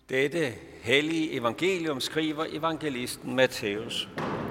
Dette hellige evangelium skriver evangelisten Matthæus.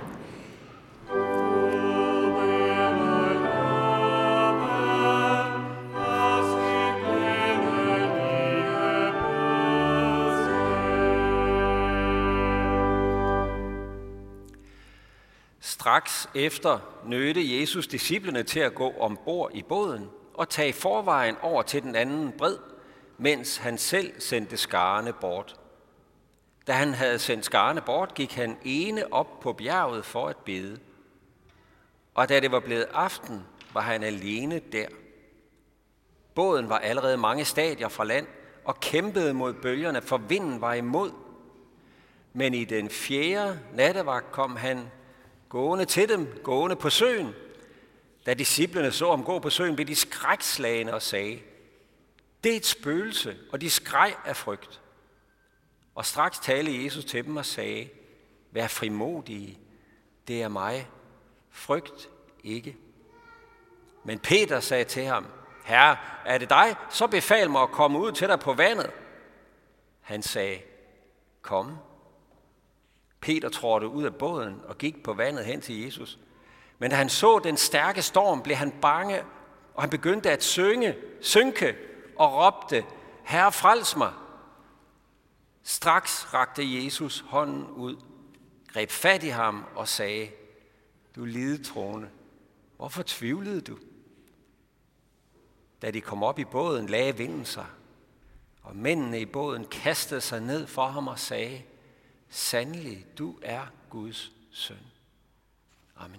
Straks efter nødte Jesus disciplene til at gå ombord i båden og tage forvejen over til den anden bred, mens han selv sendte skarne bort. Da han havde sendt skarne bort, gik han ene op på bjerget for at bede. Og da det var blevet aften, var han alene der. Båden var allerede mange stadier fra land og kæmpede mod bølgerne, for vinden var imod. Men i den 4. nattevagt kom han gående til dem, gående på søen. Da disciplene så ham gå på søen, blev de skrækslagne og sagde: "Det er et spøgelse", og de skreg af frygt. Og straks talte Jesus til dem og sagde: "Vær frimodige, det er mig. Frygt ikke." Men Peter sagde til ham: "Herre, er det dig? Så befal mig at komme ud til dig på vandet." Han sagde: "Kom." Peter trådte ud af båden og gik på vandet hen til Jesus. Men da han så den stærke storm, blev han bange, og han begyndte at synke og råbte: "Herre, frels mig!" Straks rakte Jesus hånden ud, greb fat i ham og sagde: "Du lidetroende, hvorfor tvivlede du?" Da de kom op i båden, lagde vinden sig, og mændene i båden kastede sig ned for ham og sagde: "Sandelig, du er Guds søn." Amen.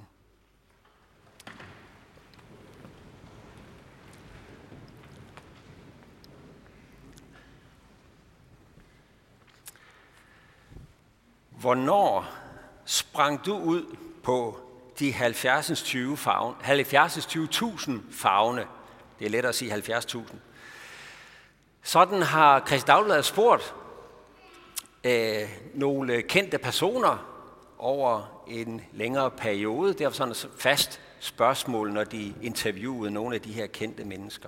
Hvornår sprang du ud på de 70.000 favne? Det er lettere at sige 70.000. Sådan har Kristeligt Dagblad spurgt nogle kendte personer over en længere periode. Det var sådan et fast spørgsmål, når de interviewede nogle af de her kendte mennesker.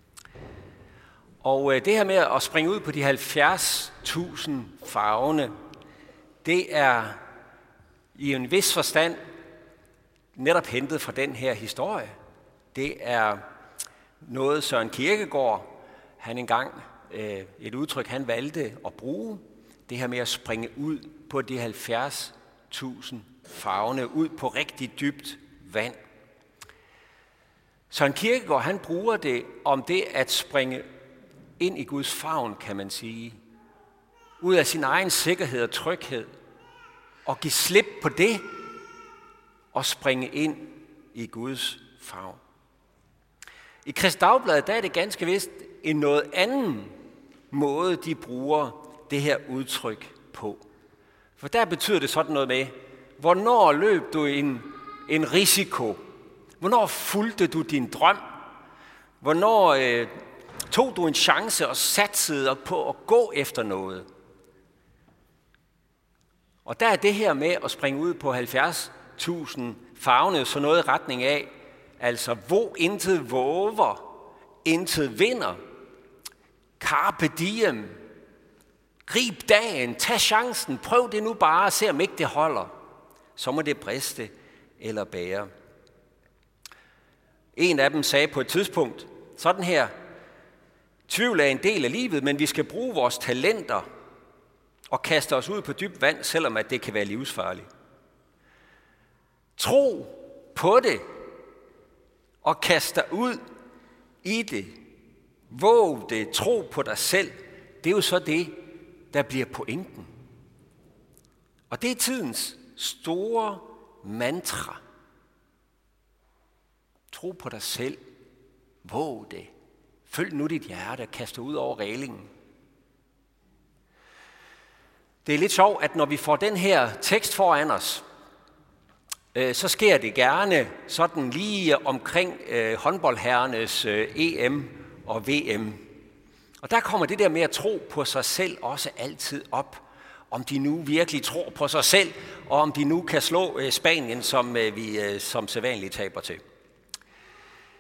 Og det her med at springe ud på de 70.000 favne, det er i en vis forstand netop hentet fra den her historie. Det er noget Søren Kierkegaard, han engang, et udtryk han valgte at bruge, det her med at springe ud på de 70.000 favne, ud på rigtig dybt vand. Søren Kierkegaard, han bruger det om det at springe ind i Guds favn, kan man sige. Ud af sin egen sikkerhed og tryghed, og give slip på det, og springe ind i Guds favn. I Kristeligt Dagblad, der er det ganske vist en noget anden måde, de bruger det her udtryk på. For der betyder det sådan noget med, hvornår løb du en risiko? Hvornår fulgte du din drøm? Hvornår tog du en chance og satsede på at gå efter noget? Og der er det her med at springe ud på 70.000 favne, så noget i retning af, altså hvor intet våger, intet vinder. Carpe diem. Grib dagen, tag chancen, prøv det nu bare, se om ikke det holder. Så må det briste eller bære. En af dem sagde på et tidspunkt sådan her: "Tvivl er en del af livet, men vi skal bruge vores talenter og kaste os ud på dybt vand, selvom at det kan være livsfarligt. Tro på det og kast dig ud i det. Våg det, tro på dig selv." Det er jo så det, der bliver pointen. Og det er tidens store mantra. Tro på dig selv. Våg det. Følg nu dit hjerte og kast dig ud over reglingen. Det er lidt sjovt, at når vi får den her tekst foran os, så sker det gerne sådan lige omkring håndboldherrenes EM og VM. Og der kommer det der med at tro på sig selv også altid op. Om de nu virkelig tror på sig selv, og om de nu kan slå Spanien, som vi som sædvanligt taber til.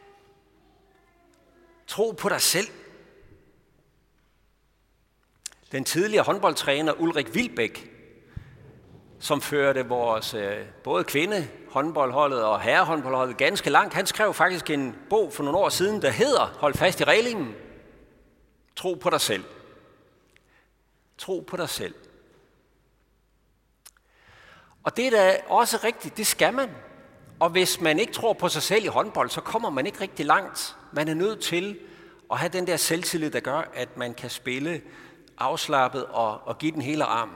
Tro på dig selv. Den tidligere håndboldtræner Ulrik Wilbek, som førte vores både kvindehåndboldholdet og herrehåndboldholdet ganske langt, han skrev faktisk en bog for nogle år siden, der hedder Hold fast i reglingen. Tro på dig selv. Tro på dig selv. Og det er da også rigtigt, det skal man. Og hvis man ikke tror på sig selv i håndbold, så kommer man ikke rigtig langt. Man er nødt til at have den der selvtillid, der gør, at man kan spille afslappet og give den hele armen.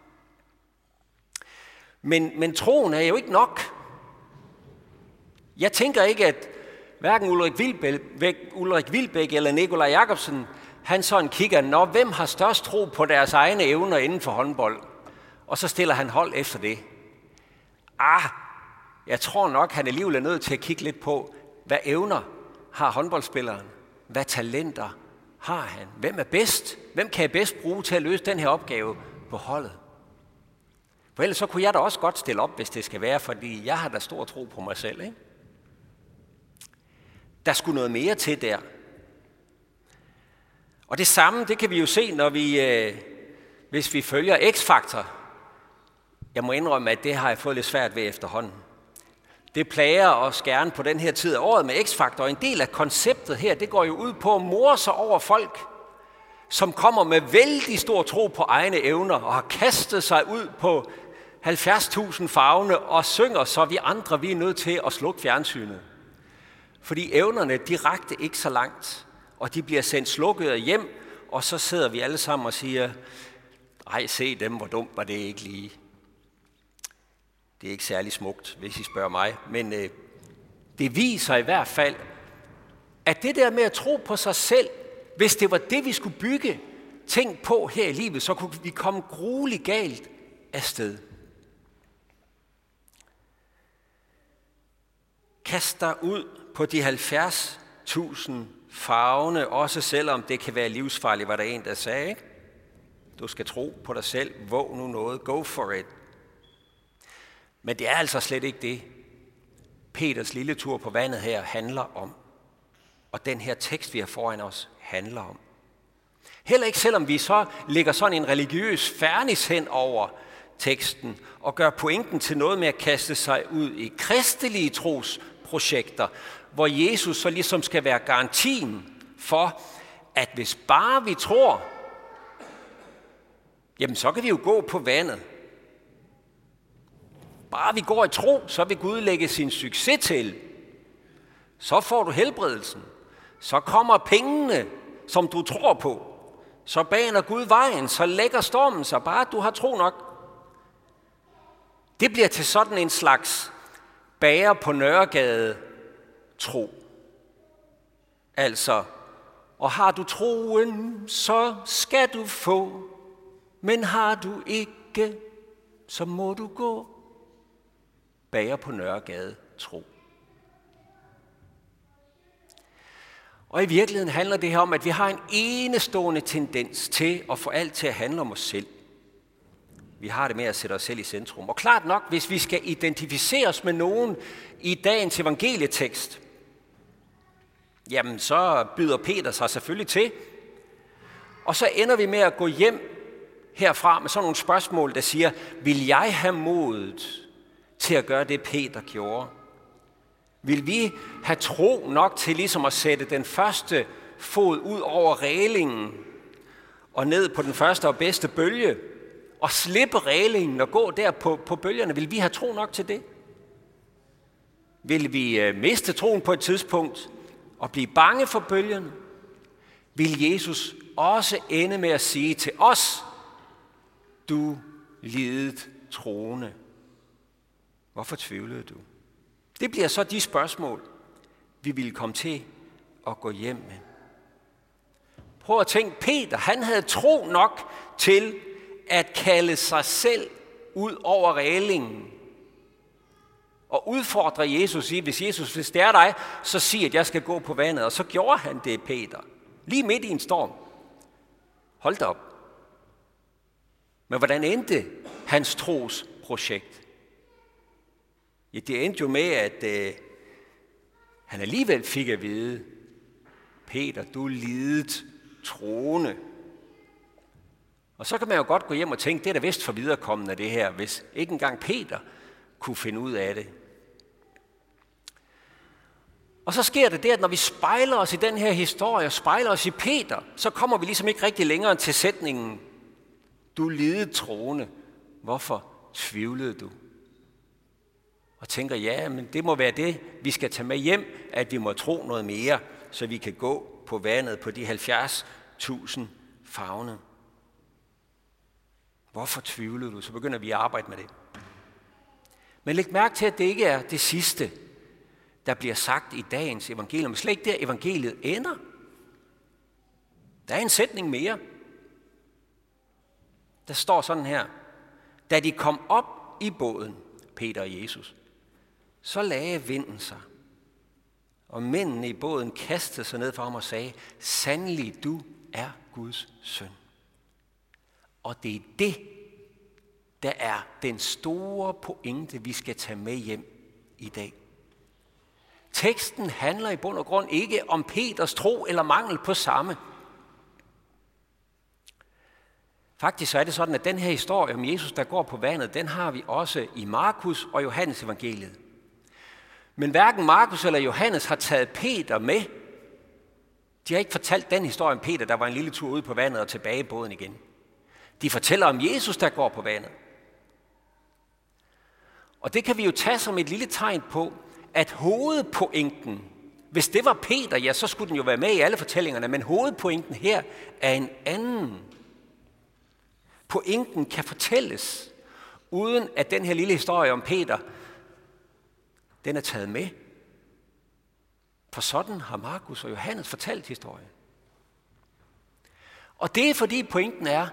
Men troen er jo ikke nok. Jeg tænker ikke, at hverken Ulrik Wilbek eller Nikolaj Jakobsen, han sådan kigger, hvem har størst tro på deres egne evner inden for håndbold? Og så stiller han hold efter det. Jeg tror nok, han alligevel er nødt til at kigge lidt på, hvad evner har håndboldspilleren? Hvad talenter har han? Hvem er bedst? Hvem kan jeg bedst bruge til at løse den her opgave på holdet? For ellers så kunne jeg da også godt stille op, hvis det skal være, fordi jeg har da stor tro på mig selv, ikke? Der skulle noget mere til der. Og det samme, det kan vi jo se, når hvis vi følger X-Factor. Jeg må indrømme, at det har jeg fået lidt svært ved efterhånden. Det plager os gerne på den her tid af året med X-Factor, og en del af konceptet her, det går jo ud på at more sig over folk, som kommer med vældig stor tro på egne evner, og har kastet sig ud på 70.000 favne og synger, så vi andre vi er nødt til at slukke fjernsynet. Fordi evnerne, de rakte ikke så langt, og de bliver sendt slukket hjem, og så sidder vi alle sammen og siger, ej, se dem, hvor dumt var det ikke lige. Det er ikke særlig smukt, hvis I spørger mig, men det viser i hvert fald, at det der med at tro på sig selv, hvis det var det, vi skulle bygge ting på her i livet, så kunne vi komme grueligt galt afsted. Kast dig ud på de 70.000 favne, også selvom det kan være livsfarligt, var der en, der sagde, ikke? Du skal tro på dig selv, våg nu noget, go for it. Men det er altså slet ikke det, Peters lille tur på vandet her handler om. Og den her tekst, vi har foran os, handler om. Heller ikke selvom vi så lægger sådan en religiøs fernis hen over teksten og gør pointen til noget med at kaste sig ud i kristelige trosprojekter, hvor Jesus så ligesom skal være garantien for, at hvis bare vi tror, jamen så kan vi jo gå på vandet. Bare vi går i tro, så vil Gud lægge sin succes til. Så får du helbredelsen. Så kommer pengene, som du tror på. Så baner Gud vejen, så lægger stormen sig. Bare du har tro nok. Det bliver til sådan en slags bager på Nørregade tro. Altså, og har du troen, så skal du få. Men har du ikke, så må du gå. Bager på Nørregade tro. Og i virkeligheden handler det her om, at vi har en enestående tendens til at få alt til at handle om os selv. Vi har det med at sætte os selv i centrum. Og klart nok, hvis vi skal identificere os med nogen i dagens evangelietekst, jamen så byder Peter sig selvfølgelig til. Og så ender vi med at gå hjem herfra med sådan nogle spørgsmål, der siger, vil jeg have modet til at gøre det, Peter gjorde? Vil vi have tro nok til ligesom at sætte den første fod ud over rælingen og ned på den første og bedste bølge og slippe rælingen og gå der på bølgerne? Vil vi have tro nok til det? Vil vi miste troen på et tidspunkt og blive bange for bølgerne? Vil Jesus også ende med at sige til os, du lidet troende, hvorfor tvivlede du? Det bliver så de spørgsmål, vi ville komme til at gå hjem med. Prøv at tænke, Peter, han havde tro nok til at kalde sig selv ud over rælingen og udfordre Jesus i, hvis Jesus vil stære dig, så sig, at jeg skal gå på vandet. Og så gjorde han det, Peter. Lige midt i en storm. Hold da op. Men hvordan endte hans trosprojekt? Ja, det endte jo med, at han alligevel fik at vide, Peter, du lidet troende. Og så kan man jo godt gå hjem og tænke, det er da vist for viderekommende af det her, hvis ikke engang Peter kunne finde ud af det. Og så sker det at når vi spejler os i den her historie, spejler os i Peter, så kommer vi ligesom ikke rigtig længere til sætningen, du lidet troende, hvorfor tvivlede du? Og tænker, ja, men det må være det, vi skal tage med hjem, at vi må tro noget mere, så vi kan gå på vandet på de 70.000 favne. Hvorfor tvivlede du? Så begynder vi at arbejde med det. Men læg mærke til, at det ikke er det sidste, der bliver sagt i dagens evangelium. Men slet ikke der evangeliet ender. Der er en sætning mere. Der står sådan her. Da de kom op i båden, Peter og Jesus, så lagde vinden sig. Og mændene i båden kastede sig ned for ham og sagde, sandelig du er Guds søn. Og det er det, der er den store pointe, vi skal tage med hjem i dag. Teksten handler i bund og grund ikke om Peters tro eller mangel på samme. Faktisk så er det sådan, at den her historie om Jesus, der går på vandet, den har vi også i Markus og Johannes evangeliet. Men hverken Markus eller Johannes har taget Peter med. De har ikke fortalt den historie om Peter, der var en lille tur ude på vandet og tilbage i båden igen. De fortæller om Jesus, der går på vandet. Og det kan vi jo tage som et lille tegn på, at hovedpointen, hvis det var Peter, ja, så skulle den jo være med i alle fortællingerne, men hovedpointen her er en anden. Pointen kan fortælles, uden at den her lille historie om Peter, den er taget med. For sådan har Markus og Johannes fortalt historien. Og det er fordi pointen er,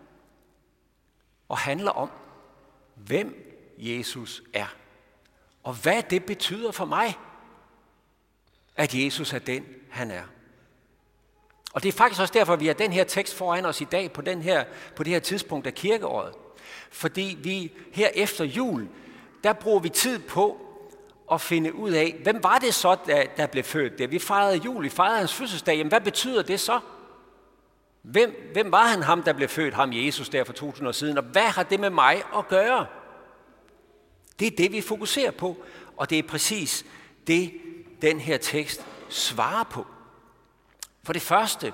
og handler om, hvem Jesus er. Og hvad det betyder for mig, at Jesus er den, han er. Og det er faktisk også derfor, at vi har den her tekst foran os i dag på det her tidspunkt af kirkeåret. Fordi vi her efter jul, der bruger vi tid på at finde ud af, hvem var det så, der blev født der? Vi fejrede jul, vi fejrede hans fødselsdag. Jamen, hvad betyder det så? Hvem var han, ham der blev født, ham Jesus der for 2000 år siden? Og hvad har det med mig at gøre? Det er det, vi fokuserer på, og det er præcis det, den her tekst svarer på. For det første,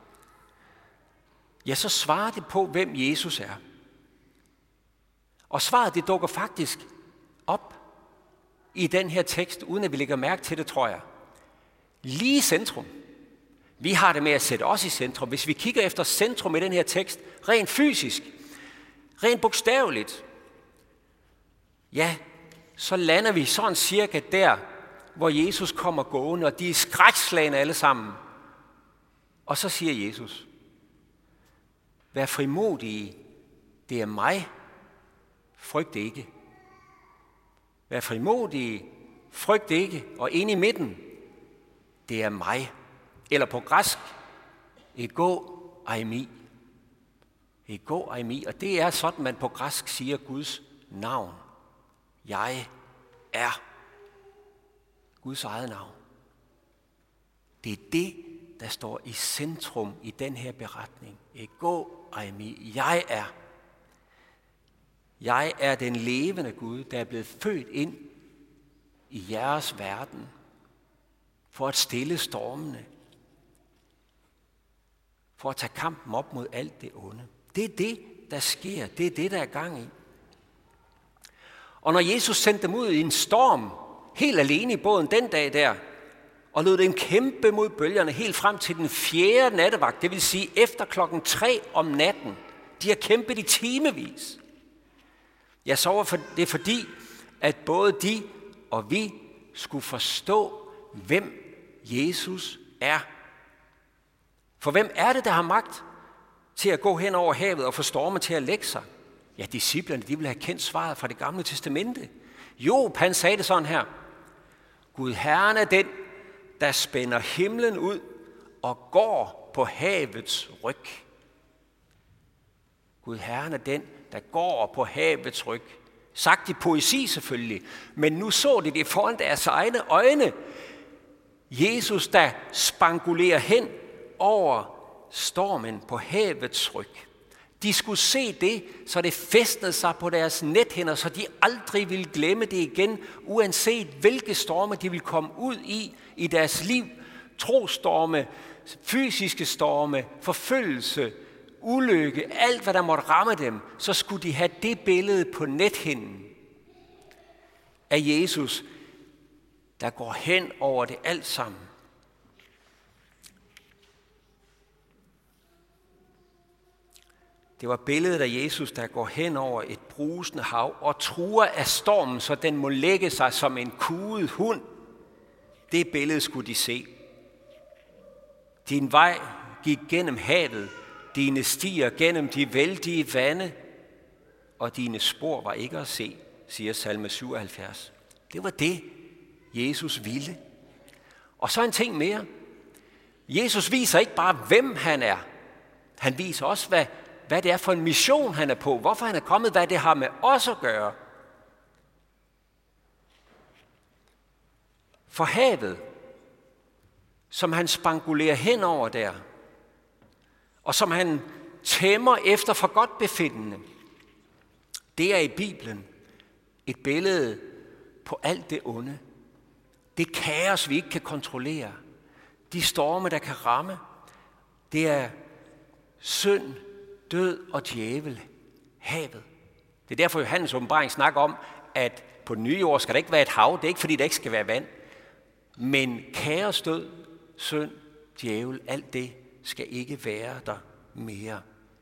ja, så svarer det på, hvem Jesus er. Og svaret, det dukker faktisk op i den her tekst, uden at vi lægger mærke til det, tror jeg. Lige i centrum. Vi har det med at sætte os i centrum. Hvis vi kigger efter centrum i den her tekst, rent fysisk, rent bogstaveligt, ja, så lander vi sådan cirka der, hvor Jesus kommer gående, og de er skrækslagne alle sammen. Og så siger Jesus, vær frimodige, det er mig, frygt ikke. Vær frimodige, frygt ikke, og inde i midten, det er mig. Eller på græsk, ego eimi. Ego eimi, og det er sådan, man på græsk siger Guds navn. Jeg er Guds eget navn. Det er det, der står i centrum i den her beretning. Ego eimi. Jeg er. Jeg er den levende Gud, der er blevet født ind i jeres verden for at stille stormene, for at tage kampen op mod alt det onde. Det er det, der sker. Det er det, der er gang i. Og når Jesus sendte dem ud i en storm, helt alene i båden den dag der, og lod dem kæmpe mod bølgerne helt frem til den 4. nattevagt, det vil sige efter 3:00 om natten. De har kæmpet i timevis. Ja, så var det fordi, at både de og vi skulle forstå, hvem Jesus er. For hvem er det, der har magt til at gå hen over havet og få storme til at lægge sig? Ja, disciplerne, de ville have kendt svaret fra det gamle testamente. Job, han sagde det sådan her. Gud Herren er den, der spænder himlen ud og går på havets ryg. Gud Herren er den, der går på havets ryg. Sagt i poesi selvfølgelig, men nu så de det foran deres egne øjne. Jesus, der spangulerer hen over stormen på havets ryg. De skulle se det, så det fæstnede sig på deres nethinder, så de aldrig ville glemme det igen, uanset hvilke storme de ville komme ud i deres liv. Trostorme, fysiske storme, forfølgelse, ulykke, alt hvad der måtte ramme dem, så skulle de have det billede på nethinden af Jesus, der går hen over det alt sammen. Det var billedet af Jesus, der går hen over et brusende hav og truer af stormen, så den må lægge sig som en kuget hund. Det billede skulle de se. Din vej gik gennem havet, dine stier gennem de vældige vande, og dine spor var ikke at se, siger salme 77. Det var det, Jesus ville. Og så en ting mere. Jesus viser ikke bare, hvem han er. Han viser også, hvad det er for en mission, han er på. Hvorfor han er kommet, hvad det har med os at gøre. For havet, som han spangulerer hen over der, og som han tæmmer efter for godt befindende, det er i Bibelen et billede på alt det onde. Det kaos, vi ikke kan kontrollere. De storme, der kan ramme. Det er synd, død og djævel. Havet. Det er derfor, Johannes åbenbaring snakker om, at på den nye jord skal der ikke være et hav. Det er ikke, fordi der ikke skal være vand. Men kaos, død, synd, djævel, alt det skal ikke være der mere.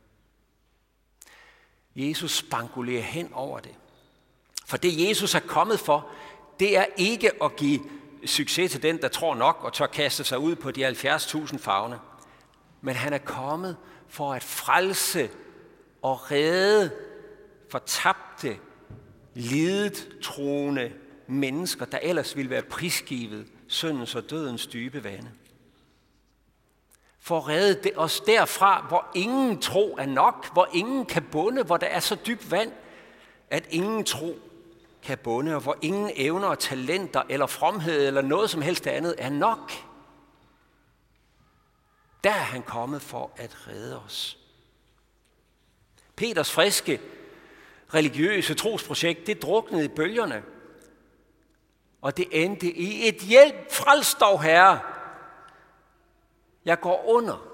Jesus spangulerer hen over det. For det Jesus er kommet for, det er ikke at give succes til den, der tror nok og tør kaste sig ud på de 70.000 favne. Men han er kommet for at frelse og redde fortabte, lidet troende mennesker, der ellers ville være prisgivet syndens og dødens dybe vande. For at redde os derfra, hvor ingen tro er nok, hvor ingen kan bunde, hvor der er så dybt vand, at ingen tro kan bunde, og hvor ingen evner og talenter eller fromhed eller noget som helst andet er nok. Der er han kommet for at redde os. Peters friske, religiøse trosprojekt, det druknede i bølgerne. Og det endte i et hjælp, frels dog, Herre. Jeg går under.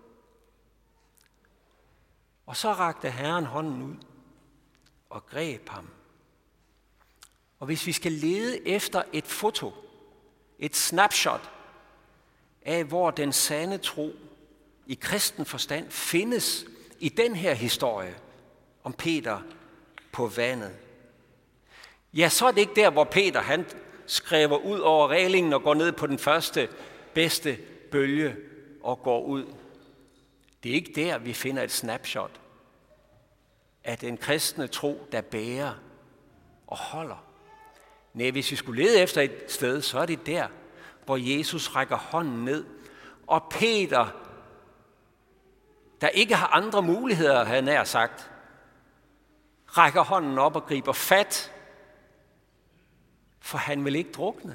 Og så rakte Herren hånden ud og greb ham. Og hvis vi skal lede efter et foto, et snapshot af, hvor den sande tro i kristen forstand findes i den her historie om Peter på vandet, ja, så er det ikke der, hvor Peter han skræver ud over rælingen og går ned på den første bedste bølge og går ud. Det er ikke der, vi finder et snapshot af den kristne tro, der bærer og holder. Nej, hvis vi skulle lede efter et sted, så er det der, hvor Jesus rækker hånden ned, og Peter, der ikke har andre muligheder, havde nær sagt, rækker hånden op og griber fat, for han vil ikke drukne.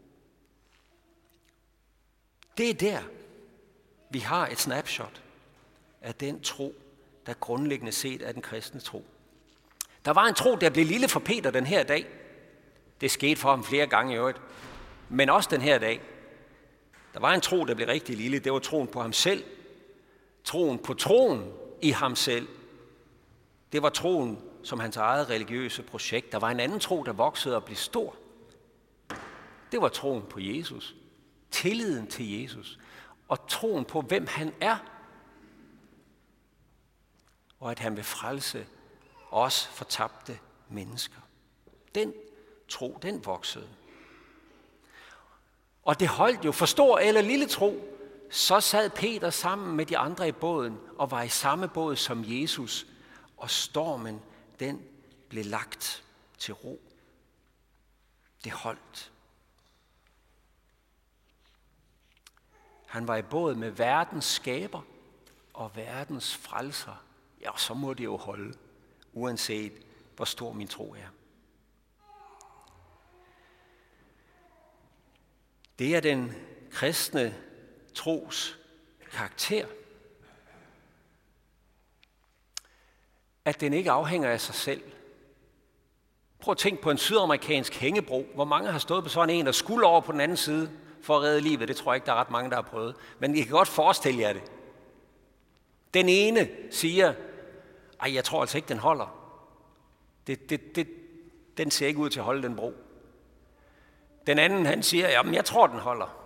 Det er der, vi har et snapshot af den tro, der grundlæggende set er den kristne tro. Der var en tro, der blev lille for Peter den her dag. Det skete for ham flere gange i øvrigt, men også den her dag. Der var en tro, der blev rigtig lille. Det var troen på ham selv. Troen på troen i ham selv. Det var troen som hans eget religiøse projekt. Der var en anden tro, der voksede og blev stor. Det var troen på Jesus. Tilliden til Jesus. Og troen på, hvem han er. Og at han vil frelse os fortabte mennesker. Den tro, den voksede. Og det holdt jo, for stor eller lille tro, så sad Peter sammen med de andre i båden og var i samme båd som Jesus, og stormen, den blev lagt til ro. Det holdt. Han var i båd med verdens skaber og verdens frelser. Ja, så må det jo holde, uanset hvor stor min tro er. Det er den kristne tros karakter. at den ikke afhænger af sig selv. Prøv at tænke på en sydamerikansk hængebro. Hvor mange har stået på sådan en, der skulle over på den anden side for at redde livet? Det tror jeg ikke, der er ret mange, der har prøvet. Men I kan godt forestille jer det. Den ene siger, jeg tror altså ikke, den holder. Den ser ikke ud til at holde den bro. Den anden, han siger, jamen jeg tror, den holder.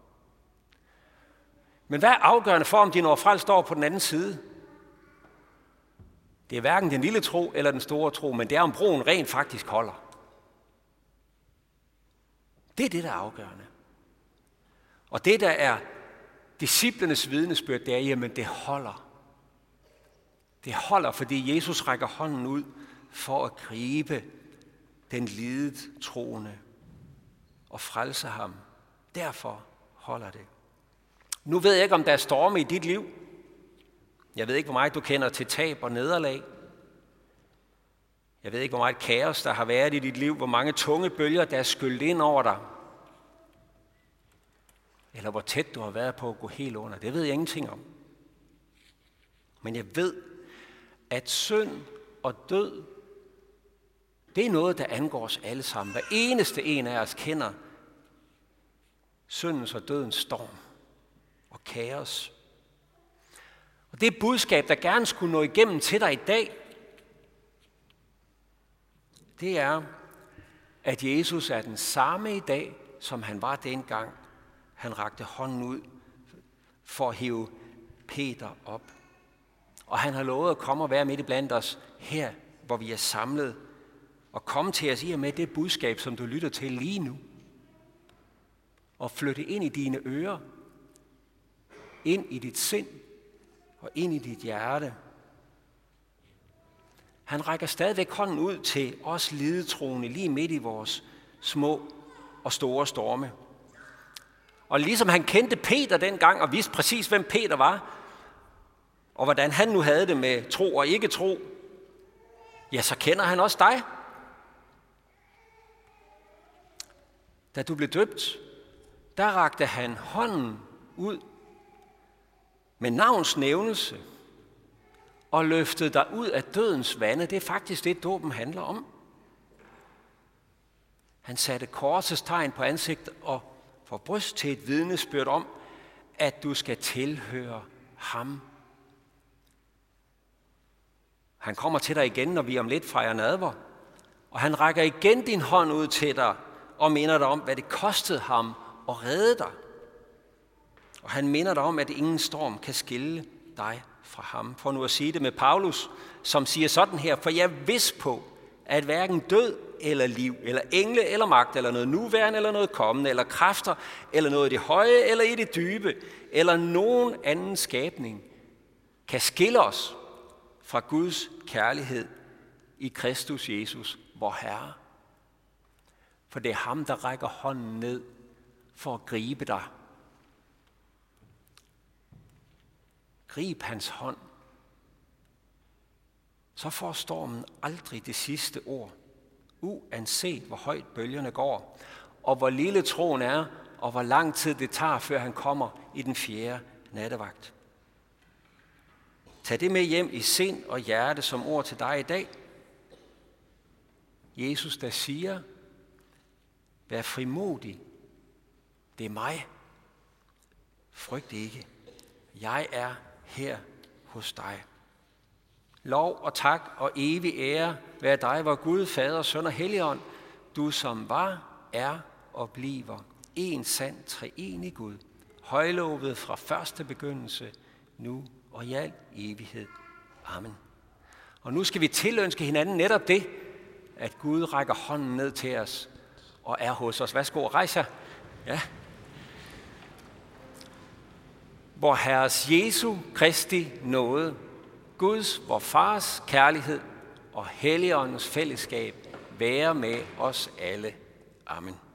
Men hvad er afgørende for, om de når frelst over på den anden side? Det er hverken den lille tro eller den store tro, men det er, om broen rent faktisk holder. Det er det, der er afgørende. Og det, der er disciplenes vidnesbyrd, det er, jamen det holder. Det holder, fordi Jesus rækker hånden ud for at gribe den lidet troende og frelse ham. Derfor holder det. Nu ved jeg ikke, om der er storme i dit liv. Jeg ved ikke, hvor meget du kender til tab og nederlag. Jeg ved ikke, hvor meget kaos der har været i dit liv, hvor mange tunge bølger, der er skyllet ind over dig. Eller hvor tæt du har været på at gå helt under. Det ved jeg ingenting om. Men jeg ved, at synd og død, det er noget, der angår os alle sammen. Hver eneste en af os kender syndens og dødens storm og kaos. Og det budskab, der gerne skulle nå igennem til dig i dag, det er, at Jesus er den samme i dag, som han var dengang, han rakte hånden ud for at hive Peter op. Og han har lovet at komme og være midt i blandt os her, hvor vi er samlet, og komme til os i og med det budskab, som du lytter til lige nu. Og flytte ind i dine ører, ind i dit sind og ind i dit hjerte. Han rækker stadigvæk hånden ud til os lidetroende lige midt i vores små og store storme. Og ligesom han kendte Peter dengang og vidste præcis, hvem Peter var, og hvordan han nu havde det med tro og ikke tro, ja, så kender han også dig. Da du blev døbt, der rakte han hånden ud med navns nævnelse og løftede dig ud af dødens vande. Det er faktisk det, dåben handler om. Han satte korsets tegn på ansigtet og for bryst til et vidnesbyrd om, at du skal tilhøre ham. Han kommer til dig igen, når vi om lidt fejrer nadver, og han rækker igen din hånd ud til dig og minder dig om, hvad det kostede ham at redde dig. Og han minder dig om, at ingen storm kan skille dig fra ham. For nu at sige det med Paulus, som siger sådan her, for jeg er vidst på, at hverken død eller liv, eller engle eller magt, eller noget nuværende, eller noget kommende, eller kræfter, eller noget i det høje, eller i det dybe, eller nogen anden skabning, kan skille os fra Guds kærlighed i Kristus Jesus, vor Herre. For det er ham, der rækker hånden ned for at gribe dig. Grib hans hånd. Så får stormen aldrig det sidste ord, uanset hvor højt bølgerne går, og hvor lille troen er, og hvor lang tid det tager, før han kommer i den 4. nattevagt. Tag det med hjem i sind og hjerte som ord til dig i dag. Jesus, der siger, vær frimodig. Det er mig. Frygt ikke. Jeg er her hos dig. Lov og tak og evig ære være dig, vor Gud, Fader, Søn og Helligånd, du som var, er og bliver en sand treenig Gud, højlovet fra første begyndelse, nu og i al evighed. Amen. Og nu skal vi tilønske hinanden netop det, at Gud rækker hånden ned til os og er hos os. Værsgo, rejs jer. Ja. Vor Herres Jesu Kristi nåde, Guds, vor Fars kærlighed og Helligåndens fællesskab være med os alle. Amen.